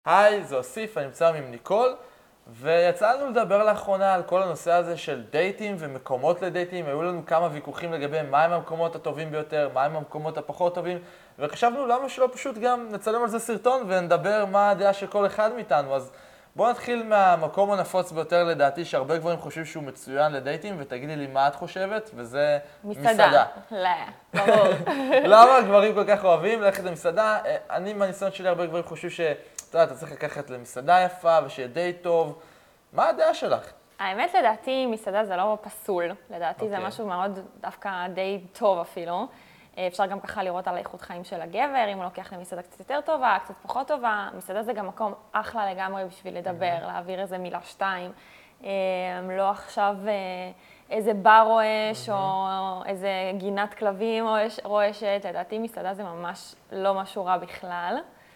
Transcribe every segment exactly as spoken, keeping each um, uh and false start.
היי, זה אוסיף, אני נמצא עם ניקול, ויצא לנו לדבר לאחרונה על כל הנושא הזה של דייטים ומקומות לדייטים. היו לנו כמה ויכוחים לגבי מהם המקומות הטובים ביותר, מהם המקומות הפחות טובים, וחשבנו למה שלא פשוט גם נצלם על זה סרטון ונדבר מה הדעה של כל אחד מאיתנו. אז בואו נתחיל מהמקום הנפוץ ביותר לדעתי, שהרבה גברים חושבים שהוא מצוין לדייטים, ותגידי לי מה את חושבת, וזה מסעדה. מסעדה. לא, ברור. למה הגברים כל כך אוהבים ללכת למסעדה? אני, מהניסיון שלי, הרבה גברים חושבים ש... אתה יודע, אתה צריך לקחת למסעדה יפה ושיהיה דייט טוב. מה הדעה שלך? האמת, לדעתי, מסעדה זה לא פסול. לדעתי זה אוקיי. משהו מאוד דווקא די טוב אפילו. אפשר גם ככה לראות על האיכות חיים של הגבר, אם הוא לוקח למסעדה קצת יותר טובה, קצת פחות טובה. מסעדה זה גם מקום אחלה לגמרי בשביל לדבר, להעביר איזה מילה שתיים. לא עכשיו איזה בר רועש או איזה גינת כלבים רועשת. לדעתי, מסעדה זה ממש לא משהו רע בכלל.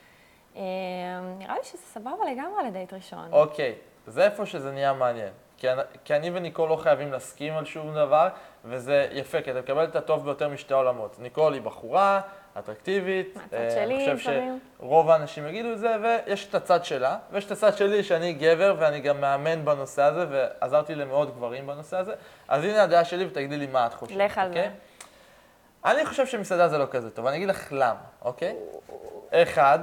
נראה לי שזה סבבה לגמרי לדייט ראשון. אוקיי, זה איפה שזה נהיה מעניין. כי אני, כי אני וניקול לא חייבים להסכים על שום דבר, וזה יפה, כי אתה מקבל את הטוב ביותר משתי עולמות. ניקול היא בחורה, אטרקטיבית. מהצד שלי, אני חושב לפעמים. שרוב האנשים יגידו את זה, ויש את הצד שלה, ויש את הצד שלי שאני גבר, ואני גם מאמן בנושא הזה, ועזרתי למאות גברים בנושא הזה. אז הנה הדעה שלי, ותגידי לי מה את חושבת. לך על אוקיי? זה. אני חושב שמסעדה זה לא כזה טוב, אני אגיד לך למה, אוקיי? אחד,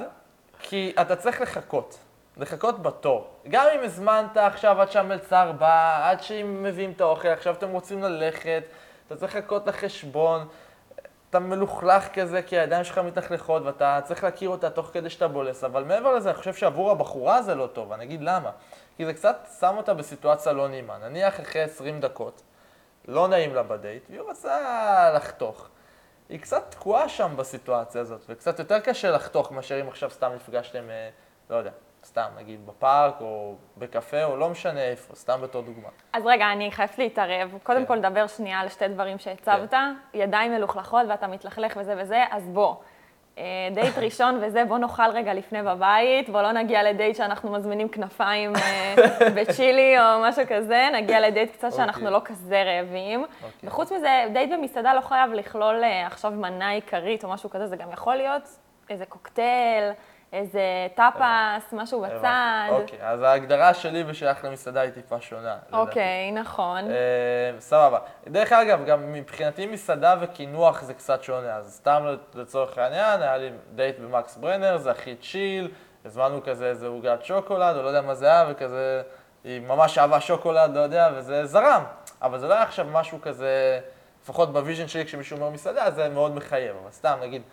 כי אתה צריך לחכות, לחכות בתור. גם אם הזמנת עכשיו עד שהמלצר בא, עד שהם מביאים את האוכל, עכשיו אתם רוצים ללכת, אתה צריך לחכות לחשבון, אתה מלוכלך כזה כי הידיים שלך מתלכלכות ואתה צריך להכיר אותה תוך כדי שאתה בולס, אבל מעבר לזה אני חושב שעבור הבחורה זה לא טוב, אני אגיד למה. כי זה קצת שם אותה בסיטואציה לא נעימה, נניח אחרי עשרים דקות, לא נעים לה בדייט, והיא רוצה לחתוך. היא קצת תקועה שם בסיטואציה הזאת, וקצת יותר קשה לחתוך מאשר אם עכשיו סתם נפגשתם, לא יודע, סתם נגיד בפארק או בקפה או לא משנה איפה, סתם בתור דוגמה. אז רגע, אני חייבת להתערב. קודם כן. כל לדבר שנייה על שתי דברים שהצבת. ידיים מלוכלכות ואתה מתלכלך וזה וזה, אז בוא. אה, דייט ראשון וזה, בוא נאכל רגע לפני בבית, בוא לא נגיע לדייט שאנחנו מזמינים כנפיים אה, בצ'ילי או משהו כזה, נגיע לדייט קצת שאנחנו לא כזה רעבים. אוקיי. וחוץ מזה, דייט במסעדה לא חייב לכלול אה, עכשיו מנה עיקרית או משהו כזה, זה גם יכול להיות איזה קוקטייל, איזה טאפס, משהו בצד. אוקיי, אז ההגדרה שלי ושלך למסעדה היא טיפה שונה. אוקיי, נכון. אה, סבבה. דרך אגב, גם מבחינתי מסעדה וכינוח זה קצת שונה, אז סתם לצורך העניין, היה לי דייט במקס ברנר, זה הכי צ'יל, הזמנו כזה איזה עוגת שוקולד, או לא יודע מה זה היה, וכזה, היא ממש אהבה שוקולד, לא יודע, וזה זרם. אבל זה לא היה עכשיו משהו כזה, לפחות בוויז'ן שלי כשמישהו אומר מסעדה, זה מאוד מחייב, אבל סתם נגיד,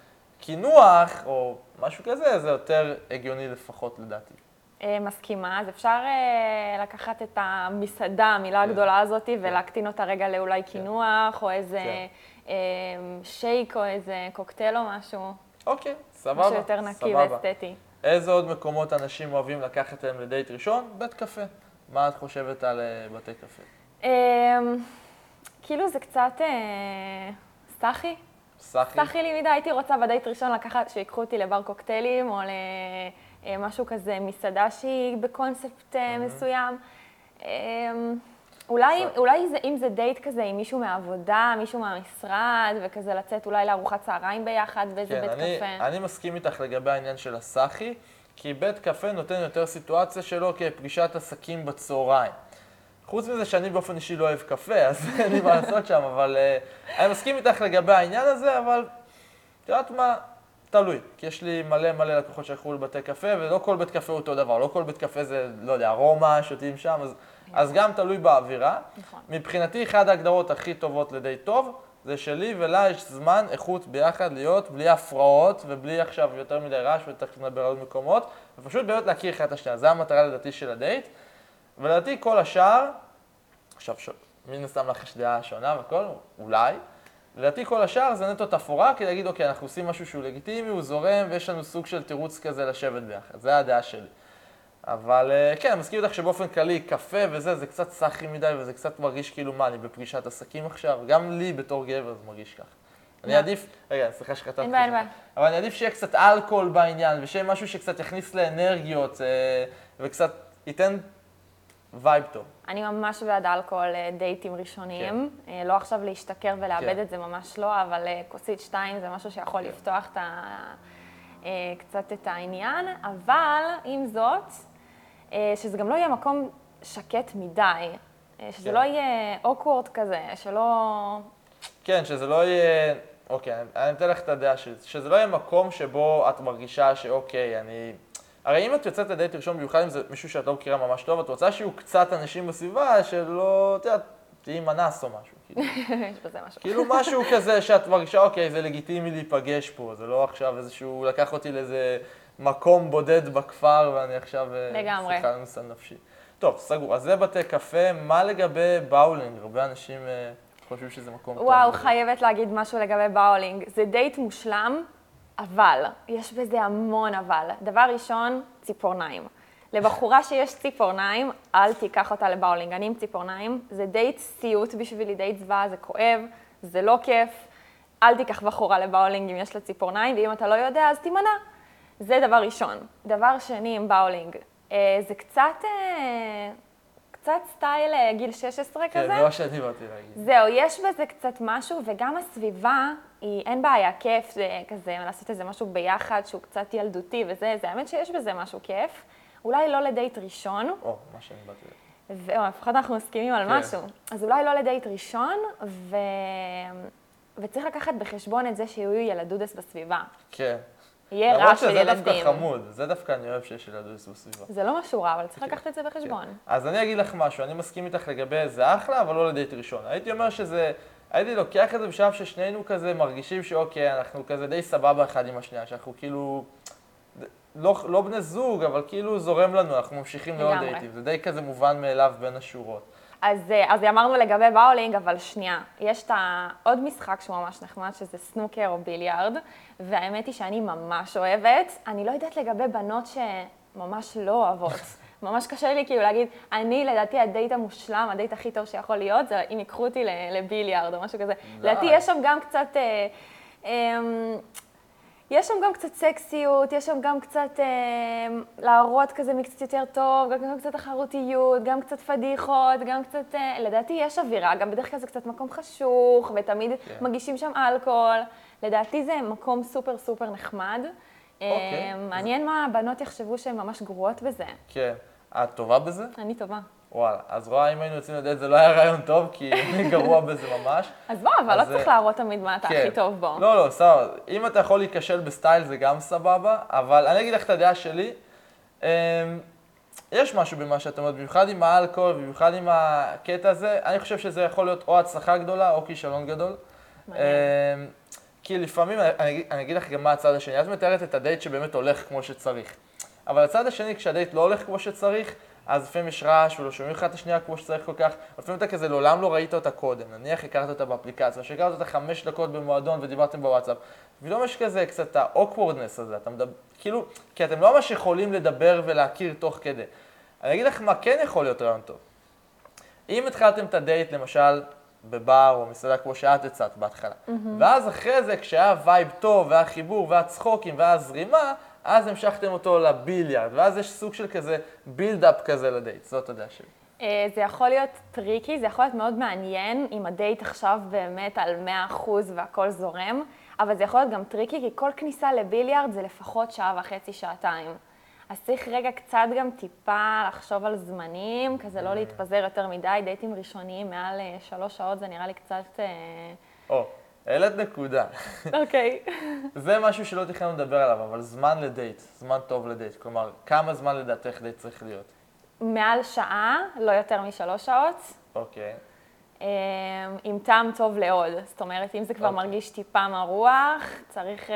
כינוח או משהו כזה, זה יותר הגיוני לפחות לדעתי. מסכימה, אז אפשר לקחת את המסעדה, המילה הגדולה הזאת, ולהקטין אותה רגע לאולי כינוח, או איזה שייק, או איזה קוקטייל או משהו. אוקיי, סבבה. משהו יותר נקי ואסתטי. איזה עוד מקומות אנשים אוהבים לקחת להם לדייט ראשון? בית קפה. מה את חושבת על בתי קפה? כאילו זה קצת סטחי. סטחי? סטחי לי מדי, הייתי רוצה בדייט ראשון לקחת, שיקחו אותי לבר קוקטיילים, או למשהו כזה, מסעדה שהיא בקונספט מסוים. אולי, אולי אם זה דייט כזה עם מישהו מהעבודה, מישהו מהמשרד, וכזה לצאת אולי לארוחת צהריים ביחד באיזה בית קפה. כן, אני מסכים איתך לגבי העניין של הסאחי, כי בית קפה נותן יותר סיטואציה שלו כפגישת עסקים בצהריים. חוץ מזה שאני באופן אישי לא אוהב קפה, אז אין לי מה לעשות שם, אבל uh, אני מסכים איתך לגבי העניין הזה, אבל את יודעת מה? תלוי. כי יש לי מלא מלא לקוחות שהלכו לבתי קפה, ולא כל בית קפה הוא אותו דבר. לא כל בית קפה זה, לא יודע, ארומה, שותים שם, אז, אז גם תלוי באווירה. נכון. מבחינתי, אחת ההגדרות הכי טובות לידי טוב, זה שלי ולה יש זמן, איכות ביחד להיות, בלי הפרעות, ובלי עכשיו יותר מדי רעש, ותכף נדבר על מקומות, ופשוט באמת להכיר אחד את השנייה. זו המטרה לדעתי של הדייט. ולדעתי כל השאר, עכשיו מן הסתם לך יש דעה שונה וכל, אולי, לדעתי כל השאר זה נטו תפאורה, כי להגיד, אוקיי, אנחנו עושים משהו שהוא לגיטימי, הוא זורם, ויש לנו סוג של תירוץ כזה לשבת ביחד. זה הדעה שלי. אבל כן, אני מסכים איתך שבאופן כללי, קפה וזה, זה קצת סחי מדי, וזה קצת מרגיש כאילו מה, אני בפגישת עסקים עכשיו, גם לי בתור גבר זה מרגיש כך. אני עדיף, רגע, סליחה שחטאת. אין בעיה, אין בעיה. אבל אני עדיף שיהיה קצת אלכוהול בעניין, ושיהיה משהו שקצת יכניס לאנרגיות, וקצת ייתן וייב טוב. אני ממש בעד אלכוהול דייטים ראשוניים. כן. לא עכשיו להשתכר ולאבד כן. את זה ממש לא, אבל כוסית שתיים זה משהו שיכול כן. לפתוח את, ה... אה, קצת את העניין, אבל עם זאת, אה, שזה גם לא יהיה מקום שקט מדי, אה, שזה כן. לא יהיה אוקוורד כזה, שלא... כן, שזה לא יהיה, אוקיי, אני, אני אתן לך את הדעה שלי, שזה לא יהיה מקום שבו את מרגישה שאוקיי, אני... הרי אם את יוצאת לדייט ראשון, במיוחד אם זה מישהו שאת לא מכירה ממש טוב, את רוצה שיהיו קצת אנשים בסביבה שלא, את יודעת, תהיי מנס או משהו. כאילו, יש בזה משהו. כאילו משהו כזה שאת מרגישה, אוקיי, זה לגיטימי להיפגש פה, זה לא עכשיו איזשהו, לקח אותי לאיזה מקום בודד בכפר ואני עכשיו... לגמרי. שיחה לנושא נפשי. טוב, סגור, אז זה בתי קפה, מה לגבי באולינג? הרבה אנשים... חושבים שזה מקום טוב. וואו, חייבת להגיד משהו לגבי באולינג. זה דייט מושלם, אבל, יש בזה המון אבל. דבר ראשון, ציפורניים. לבחורה שיש ציפורניים, אל תיקח אותה לבאולינג. אני עם ציפורניים, זה דייט סיוט בשבילי, דייט זוועה, זה כואב, זה לא כיף. אל תיקח בחורה לבאולינג אם יש לה ציפורניים, ואם אתה לא יודע, אז תימנע. זה דבר ראשון. דבר שני עם באולינג, אה, זה קצת... אה, קצת סטייל גיל שש עשרה כזה. כן, זה מה שאני באתי להגיד. זהו, יש בזה קצת משהו, וגם הסביבה, היא, אין בעיה, כיף, זה כזה, לעשות איזה משהו ביחד שהוא קצת ילדותי וזה, זה האמת שיש בזה משהו כיף. אולי לא לדייט ראשון. או, מה שאני באתי להגיד. ואו, לפחות אנחנו מסכימים על כן. משהו. אז אולי לא לדייט ראשון, ו... וצריך לקחת בחשבון את זה שיהיו ילדודס בסביבה. כן. יהיה רע למרות של שזה ילדים. דווקא חמוד, זה דווקא אני אוהב שיש ילדודס בסביבה. זה לא משהו רע, אבל צריך לקחת את זה בחשבון. אז אני אגיד לך משהו, אני מסכים איתך לגבי זה אחלה, אבל לא לדייט ראשון. הייתי אומר שזה, הייתי לוקח את זה בשלב ששנינו כזה מרגישים שאוקיי, אנחנו כזה די סבבה אחד עם השנייה, שאנחנו כאילו, לא, לא בני זוג, אבל כאילו זורם לנו, אנחנו ממשיכים לעוד לגמרי. דייטים. זה די כזה מובן מאליו בין השורות. אז, אז אמרנו לגבי באולינג, אבל שנייה, יש את עוד משחק שהוא ממש נחמד, שזה סנוקר או ביליארד, והאמת היא שאני ממש אוהבת. אני לא יודעת לגבי בנות שממש לא אוהבות. ממש קשה לי כאילו להגיד, אני לדעתי הדייט המושלם, הדייט הכי טוב שיכול להיות, זה אם יקחו אותי לביליארד או משהו כזה. לדעתי יש שם גם קצת... אה, אה, יש שם גם קצת סקסיות, יש שם גם קצת אה, להראות כזה מקצת יותר טוב, גם, גם קצת תחרותיות, גם קצת פדיחות, גם קצת... אה, לדעתי יש אווירה, גם בדרך כלל זה קצת מקום חשוך, ותמיד כן. מגישים שם אלכוהול. לדעתי זה מקום סופר סופר נחמד. אוקיי. אה, מעניין מה הבנות יחשבו שהן ממש גרועות בזה. כן. את טובה בזה? אני טובה. וואלה. אז רואה, אם היינו יוצאים לדייט זה לא היה רעיון טוב, כי אני גרוע בזה ממש. אז בוא, אבל אז, לא צריך אה, להראות תמיד מה אתה כן. הכי טוב בו. לא, לא, סבבה. אם אתה יכול להיכשל בסטייל זה גם סבבה, אבל אני אגיד לך את הדעה שלי. אמ, יש משהו במה שאת אומרת, במיוחד עם האלכוהול, במיוחד עם הקטע הזה, אני חושב שזה יכול להיות או הצלחה גדולה או כישלון גדול. מעניין. אמ, כי לפעמים, אני, אגיד- אני אגיד לך גם מה הצד השני, את מתארת את הדייט שבאמת הולך כמו שצריך. אבל הצד השני, כשהדייט לא הולך כמו שצריך, אז לפעמים יש רעש ולא שומעים אחד את השנייה כמו שצריך כל כך. לפעמים אתה כזה לעולם לא ראית אותה קודם, נניח הכרת אותה באפליקציה, שהכרת אותה חמש דקות במועדון ודיברתם בוואטסאפ. ופתאום יש כזה קצת ה-awkwardness הזה, אתה מדבר, כאילו, כי אתם לא ממש יכולים לדבר ולהכיר תוך כדי. אני אגיד לך מה כן יכול להיות רעיון טוב. אם התחלתם את הדייט למשל בבר או מסעדה כמו שאת הצעת בהתחלה, ואז אחרי זה כשהיה וייב טוב והיה חיבור והיה צחוקים והיה זרימה, אז המשכתם אותו לביליארד, ואז יש סוג של כזה בילד-אפ כזה לדייט, זאת הדעה שלי. אה, זה יכול להיות טריקי, זה יכול להיות מאוד מעניין אם הדייט עכשיו באמת על מאה אחוז והכל זורם, אבל זה יכול להיות גם טריקי, כי כל כניסה לביליארד זה לפחות שעה וחצי, שעתיים. אז צריך רגע קצת גם טיפה לחשוב על זמנים, כזה לא להתפזר יותר מדי, דייטים ראשוניים מעל אה, שלוש שעות זה נראה לי קצת... אה, או, העלית נקודה. אוקיי. זה משהו שלא תכננו לדבר עליו, אבל זמן לדייט, זמן טוב לדייט. כלומר, כמה זמן לדעתך דייט צריך להיות? מעל שעה, לא יותר משלוש שעות. אוקיי. אה, עם טעם טוב לעוד. זאת אומרת, אם זה כבר אוקיי. מרגיש טיפה מרוח, צריך... אה,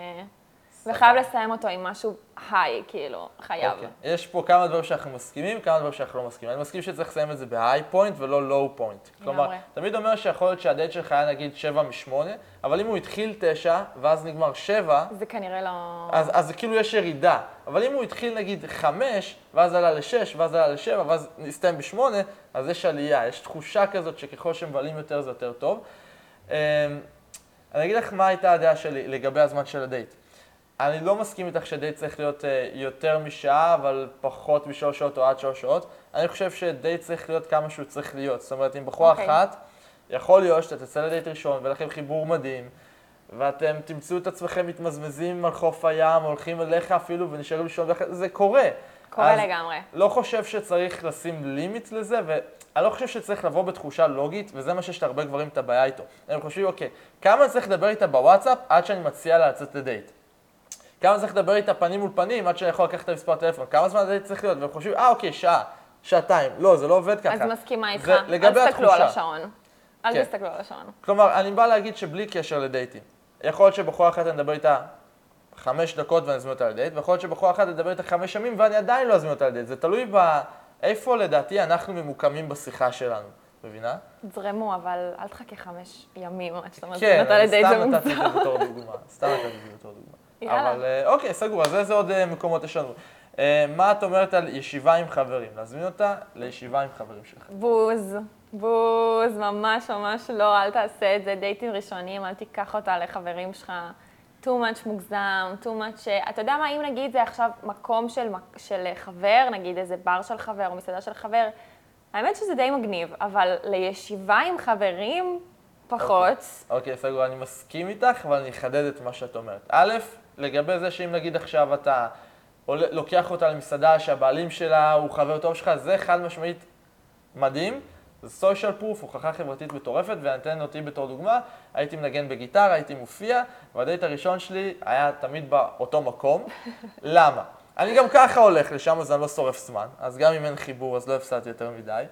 וחייב לסיים אותו עם משהו היי, כאילו, חייב. אוקיי. יש פה כמה דברים שאנחנו מסכימים, כמה דברים שאנחנו לא מסכימים. אני מסכים שצריך לסיים את זה בהיי פוינט ולא לואו פוינט. כלומר, לגמרי. תמיד אומר שיכול להיות שהדייט שלך היה נגיד שבע משמונה, אבל אם הוא התחיל תשע ואז נגמר שבע, זה כנראה לא... אז, אז זה כאילו יש ירידה. אבל אם הוא התחיל נגיד חמש, ואז עלה לשש, ואז עלה לשבע, ואז נסתיים בשמונה, אז יש עלייה. יש תחושה כזאת שככל שמבלים יותר זה יותר טוב. אמ, אני אגיד לך מה הייתה הדעה שלי לגבי הזמן של הדייט. אני לא מסכים איתך שדייט צריך להיות uh, יותר משעה, אבל פחות משלוש שעות או עד שלוש שעות. אני חושב שדייט צריך להיות כמה שהוא צריך להיות. זאת אומרת, עם בחורה אוקיי. אחת, יכול להיות שאתה תצא לדייט ראשון ולכם חיבור מדהים, ואתם תמצאו את עצמכם מתמזמזים על חוף הים, הולכים אליך אפילו ונשארים לישון ביחד, זה קורה. קורה לגמרי. לא חושב שצריך לשים לימיט לזה, ואני לא חושב שצריך לבוא בתחושה לוגית, וזה מה שיש להרבה גברים את הבעיה איתו. הם חושבים, אוקיי, כמה צריך לדבר איתה בוואטסאפ עד שאני מציע לה לצאת לדייט? כמה צריך לדבר איתה פנים מול פנים עד שאני יכול לקחת את המספר טלפון? כמה זמן הדייט צריך להיות? והם חושבים, אה, אוקיי, שעה, שעתיים. לא, זה לא עובד ככה. אז מסכימה איתך, אל תסתכלו על השעון. אל כן. תסתכלו על השעון. כלומר, אני בא להגיד שבלי קשר לדייטים. יכול להיות שבחורה אחת אני אדבר איתה חמש דקות ואני אזמין אותה לדייט, ויכול להיות שבחורה אחת אני אדבר איתה חמש ימים ואני עדיין לא אזמין אותה לדייט. זה תלוי באיפה לדעתי אנחנו ממוקמים בשיחה שלנו. מבינה? זרמו, אבל אל תחכה חמש ימים עד שאתה מזמין כן, אותה לדייט, זה סתם נתתי את מוגזם. זה בתור דוגמה. סתם נתתי את זה בתור דוגמה. יאללה. אבל אה, אוקיי, סגור, אז איזה עוד אה, מקומות יש לנו? אה, מה את אומרת על ישיבה עם חברים? להזמין אותה לישיבה עם חברים שלך. בוז, בוז, ממש ממש לא, אל תעשה את זה. דייטים ראשונים, אל תיקח אותה לחברים שלך. too much מוגזם, too much... אתה יודע מה, אם נגיד זה עכשיו מקום של, של חבר, נגיד איזה בר של חבר או מסעדה של חבר, האמת שזה די מגניב, אבל לישיבה עם חברים, פחות. אוקיי, סגור, אני מסכים איתך, אבל אני אחדד את מה שאת אומרת. א', לגבי זה שאם נגיד עכשיו אתה לוקח אותה למסעדה שהבעלים שלה הוא חבר טוב שלך, זה חד משמעית מדהים. זה סושיאל פרוף, הוכחה חברתית מטורפת, ואני אתן אותי בתור דוגמה, הייתי מנגן בגיטרה, הייתי מופיע, והדייט הראשון שלי היה תמיד באותו מקום. למה? אני גם ככה הולך לשם, אז אני לא שורף זמן, אז גם אם אין חיבור, אז לא הפסדתי יותר מדי.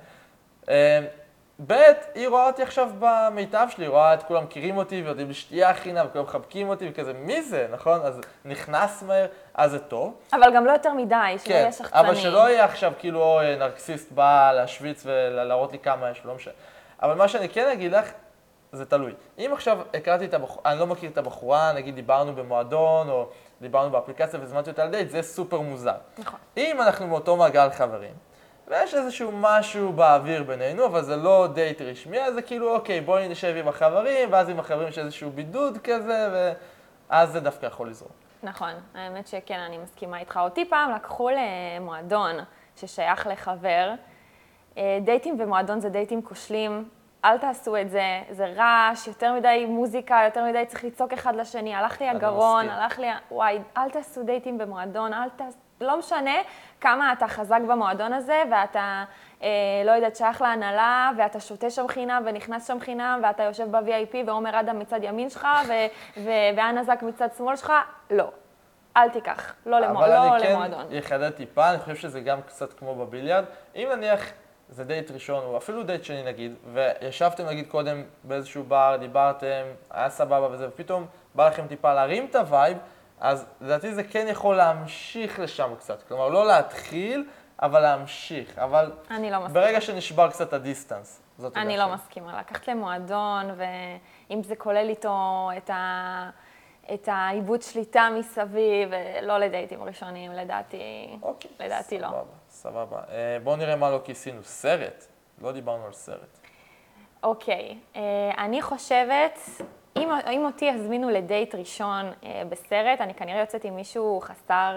ב', היא רואה אותי עכשיו במיטב שלי, היא רואה את כולם מכירים אותי, ויודעים לשתייה חינם, וכולם מחבקים אותי, וכזה, מי זה, נכון? אז נכנס מהר, אז זה טוב. אבל גם לא יותר מדי, שלא יהיה שחצני. אבל שלא יהיה עכשיו כאילו נרקסיסט בא להשוויץ ולהראות לי כמה יש, לא משנה. אבל מה שאני כן אגיד לך, זה תלוי. אם עכשיו הכרתי את הבחורה, אני לא מכיר את הבחורה, נגיד דיברנו במועדון, או דיברנו באפליקציה והזמנתי אותה לדייט, זה סופר מוזר. נכון. אם אנחנו מאותו מעגל חברים, ויש איזשהו משהו באוויר בינינו, אבל זה לא דייט רשמי, אז זה כאילו, אוקיי, בואי נשב עם החברים, ואז עם החברים יש איזשהו בידוד כזה, ואז זה דווקא יכול לזרום. נכון, האמת שכן, אני מסכימה איתך. אותי פעם לקחו למועדון ששייך לחבר. דייטים במועדון זה דייטים כושלים, אל תעשו את זה, זה רעש, יותר מדי מוזיקה, יותר מדי צריך לצעוק אחד לשני, הלך לי הגרון, הלך לי, וואי, אל תעשו דייטים במועדון, אל תעשו, לא משנה כמה אתה חזק במועדון הזה, ואתה, אה, לא יודעת, שייך להנהלה, ואתה שותה שם חינם, ונכנס שם חינם, ואתה יושב ב-וי איי פי, ועומר אדם מצד ימין שלך, ואנה זק מצד שמאל שלך, לא. אל תיקח, לא, למו, לא למועדון. אבל אני כן יחדד טיפה, אני חושב שזה גם קצת כמו בביליארד. אם נניח זה דייט ראשון, או אפילו דייט שני נגיד, וישבתם נגיד קודם באיזשהו בר, דיברתם, היה סבבה וזה, ופתאום בא לכם טיפה להרים את הווייב, אז לדעתי זה כן יכול להמשיך לשם קצת. כלומר, לא להתחיל, אבל להמשיך. אבל אני לא מסכימה. ברגע שנשבר קצת הדיסטנס, זאת אני לא מסכימה. לקחת למועדון, ואם זה כולל איתו את ה... את העיבוד שליטה מסביב, ולא לדייטים ראשונים, לדעתי, אוקיי, לדעתי סבבה, לא. סבבה. אה, בואו נראה מה לא כיסינו. סרט. לא דיברנו על סרט. אוקיי, אה, אני חושבת, אם, אם אותי יזמינו לדייט ראשון אה, בסרט, אני כנראה יוצאת עם מישהו חסר אה,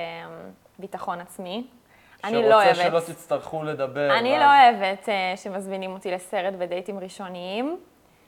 ביטחון עצמי. אני לא אוהבת. שרוצה שלא תצטרכו לדבר. אני ואז... לא אוהבת אה, שמזמינים אותי לסרט בדייטים ראשוניים.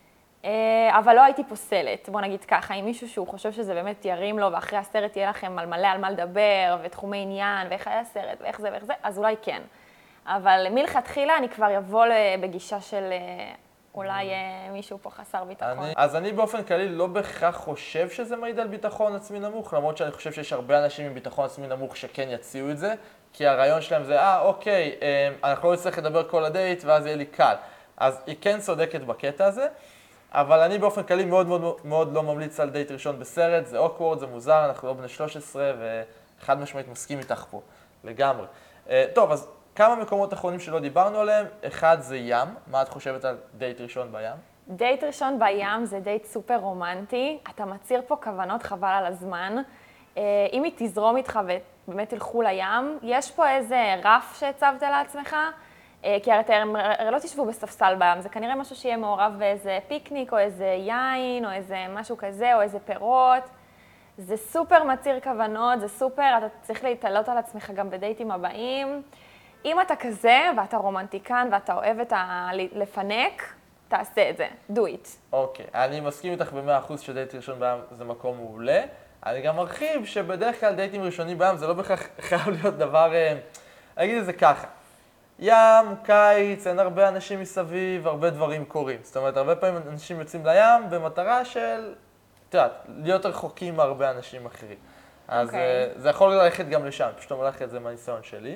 אבל לא הייתי פוסלת, בוא נגיד ככה, אם מישהו שהוא חושב שזה באמת ירים לו, ואחרי הסרט יהיה לכם על מלא על מה לדבר, ותחומי עניין, ואיך היה הסרט, ואיך זה ואיך זה, אז אולי כן. אבל מלכתחילה אני כבר אבוא בגישה של אולי מישהו פה חסר ביטחון. אני, אז אני באופן כללי לא בהכרח חושב שזה מעיד על ביטחון עצמי נמוך, למרות שאני חושב שיש הרבה אנשים עם ביטחון עצמי נמוך שכן יציעו את זה, כי הרעיון שלהם זה, אה, אוקיי, אנחנו לא נצטרך לדבר כל הדייט, ואז יהיה לי קל. אז היא כן צודקת בקטע הזה. אבל אני באופן כללי מאוד מאוד מאוד לא ממליץ על דייט ראשון בסרט, זה אוקוורד, זה מוזר, אנחנו לא בני שלוש עשרה וחד משמעית מסכים איתך פה, לגמרי. טוב, אז כמה מקומות אחרונים שלא דיברנו עליהם, אחד זה ים, מה את חושבת על דייט ראשון בים? דייט ראשון בים זה דייט סופר רומנטי, אתה מצהיר פה כוונות חבל על הזמן, אם היא תזרום איתך ובאמת תלכו לים, יש פה איזה רף שהצבת לעצמך, כי הרי אתם לא תשבו בספסל בים, זה כנראה משהו שיהיה מעורב באיזה פיקניק, או איזה יין, או איזה משהו כזה, או איזה פירות. זה סופר מצהיר כוונות, זה סופר, אתה צריך להתעלות על עצמך גם בדייטים הבאים. אם אתה כזה, ואתה רומנטיקן, ואתה אוהב את ה... לפנק, תעשה את זה, do it. אוקיי, אני מסכים איתך ב-מאה אחוז שדייט ראשון בים זה מקום מעולה. אני גם מרחיב שבדרך כלל דייטים ראשונים בים זה לא בכך חייב להיות דבר, אני אגיד את זה ככה. ים, קיץ, אין הרבה אנשים מסביב, הרבה דברים קורים. זאת אומרת, הרבה פעמים אנשים יוצאים לים במטרה של, את יודעת, להיות רחוקים מהרבה אנשים אחרים. אז okay. זה יכול ללכת גם לשם, פשוט אומר לך את זה מהניסיון שלי.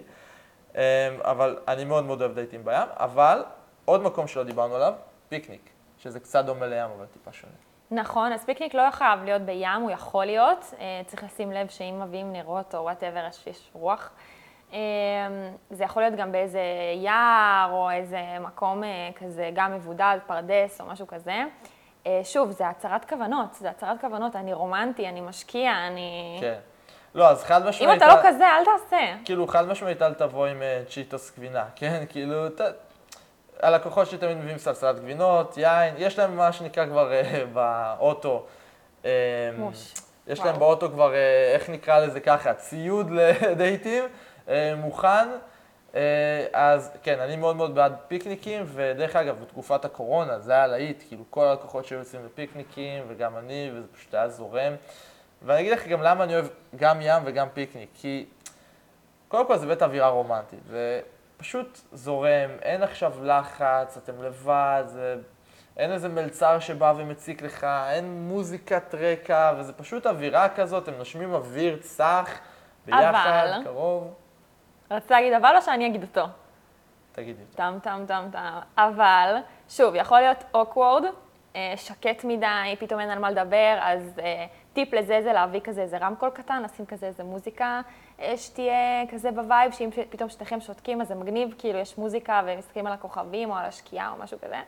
אבל אני מאוד מאוד אוהב דייטים בים, אבל עוד מקום שלא דיברנו עליו, פיקניק, שזה קצת דומה לים, אבל טיפה שונה. נכון, אז פיקניק לא חייב להיות בים, הוא יכול להיות. צריך לשים לב שאם מביאים נרות או whatever, יש רוח. זה יכול להיות גם באיזה יער או איזה מקום כזה, גם מבודד, פרדס או משהו כזה. שוב, זה הצהרת כוונות, זה הצהרת כוונות, אני רומנטי, אני משקיע, אני... כן. לא, אז חד משמעית... אם אתה לא כזה, אל תעשה. כאילו, חד משמעית אל תבוא עם צ'יטוס גבינה, כן? כאילו, הלקוחות שלי תמיד מביאים סלסלת גבינות, יין, יש להם מה שנקרא כבר באוטו. מוש. יש להם באוטו כבר, איך נקרא לזה ככה, ציוד לדייטים, מוכן. אז כן, אני מאוד מאוד בעד פיקניקים, ודרך אגב, בתקופת הקורונה זה היה להיט, כאילו כל הלקוחות שהיו יוצאים לפיקניקים, וגם אני, וזה פשוט היה זורם. ואני אגיד לך גם למה אני אוהב גם ים וגם פיקניק, כי קודם כל זה בית אווירה רומנטית, זה פשוט זורם, אין עכשיו לחץ, אתם לבד, זה... אין איזה מלצר שבא ומציק לך, אין מוזיקת רקע, וזה פשוט אווירה כזאת, הם נושמים אוויר צח, ביחד, אבל... קרוב. רצה להגיד אבל או שאני אגיד אותו? תגידי. טם, טם, טם, טם. אבל, שוב, יכול להיות awkward, שקט מדי, פתאום אין על מה לדבר, אז טיפ לזה זה להביא כזה איזה רמקול קטן, לשים כזה איזה מוזיקה, שתהיה כזה בווייב, שאם פתאום שתיכם שותקים, אז זה מגניב, כאילו יש מוזיקה ומסתכלים על הכוכבים או על השקיעה או משהו כזה.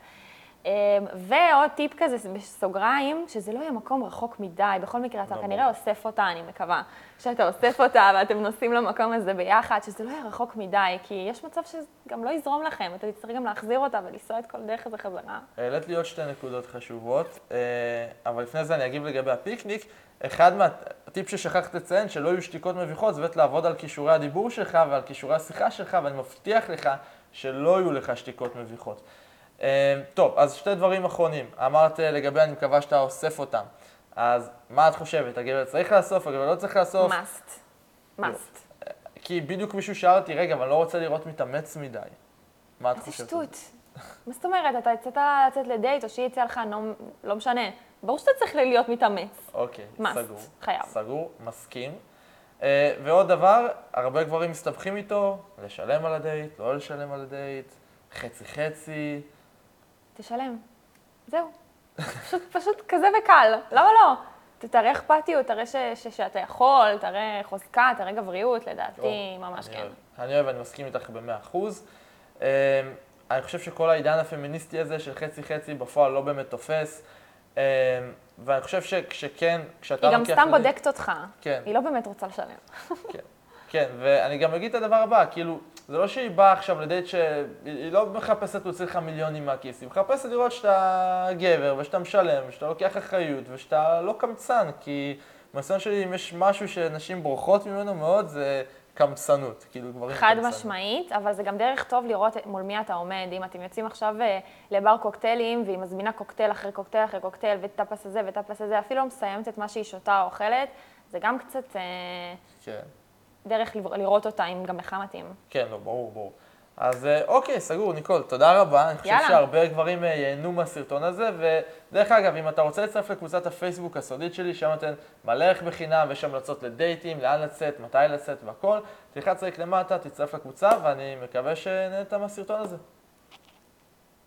ועוד טיפ כזה בסוגריים, שזה לא יהיה מקום רחוק מדי, בכל מקרה אתה כנראה אוסף אותה, אני מקווה, שאתה אוסף אותה ואתם נוסעים למקום הזה ביחד, שזה לא יהיה רחוק מדי, כי יש מצב שגם לא יזרום לכם, אתה תצטרך גם להחזיר אותה ולנסוע את כל דרך הזה חזרה. העלית לי עוד שתי נקודות חשובות, אבל לפני זה אני אגיב לגבי הפיקניק. אחד מהטיפ ששכחת לציין, שלא יהיו שתיקות מביכות, זה באמת לעבוד על כישורי הדיבור שלך ועל כישורי השיחה שלך, ואני מבטיח לך שלא יהיו לך שתיקות מביכות. טוב, אז שתי דברים אחרונים. אמרת לגבי, אני מקווה שאתה אוסף אותם. אז מה את חושבת? הגבר צריך לאסוף, הגבר לא צריך לאסוף? must. must. כי בדיוק מישהו שאל אותי, רגע, אבל אני לא רוצה לראות מתאמץ מדי. מה את חושבת? איזה שטות. מה זאת אומרת? אתה יצאת לצאת לדייט או שהיא יצאה לך, לא משנה. ברור שאתה צריך להיות מתאמץ. אוקיי, סגור. must, חייב. סגור, מסכים. ועוד דבר, הרבה גברים מסתבכים איתו, לשלם על הדייט, לא לשלם על הדייט, חצי חצי. תשלם. זהו. פשוט, פשוט כזה וקל. למה לא? תראה אכפתיות, תראה ש, ש, שאתה יכול, תראה חוזקה, תראה גבריות, לדעתי, ממש כן. אוהב. אני אוהב, אני מסכים איתך ב-מאה אחוז. אני חושב שכל העידן הפמיניסטי הזה של חצי-חצי בפועל לא באמת תופס. ואני חושב שכן, כשאתה... היא גם סתם בודקת אותך. כן. היא לא באמת רוצה לשלם. כן. כן, ואני גם אגיד את הדבר הבא, כאילו, זה לא שהיא באה עכשיו לדייט שהיא לא מחפשת להוציא לך מיליונים מהכיס, היא מחפשת לראות שאתה גבר ושאתה משלם, ושאתה לוקח אחריות ושאתה לא קמצן, כי מהניסיון שלי אם יש משהו שנשים בורחות ממנו מאוד, זה קמצנות, כאילו גברים חד קמצנות. משמעית, אבל זה גם דרך טוב לראות מול מי אתה עומד. אם אתם יוצאים עכשיו לבר קוקטיילים והיא מזמינה קוקטייל אחרי קוקטייל אחרי קוקטייל וטפס הזה וטפס הזה, אפילו לא מסיימת את מה שהיא שותה או אוכלת, זה גם קצת... כן. דרך לראות אותה, אם גם לך מתאים. כן, לא, ברור, ברור. אז אוקיי, סגור, ניקול, תודה רבה. אני חושב יאללה. שהרבה גברים ייהנו מהסרטון הזה, ודרך אגב, אם אתה רוצה לצרף לקבוצת הפייסבוק הסודית שלי, שם נותן מלא ערך בחינם, ויש שם המלצות לדייטים, לאן לצאת, מתי לצאת והכל, תלחץ רק למטה, תצטרף לקבוצה, ואני מקווה שנהנית מהסרטון הזה.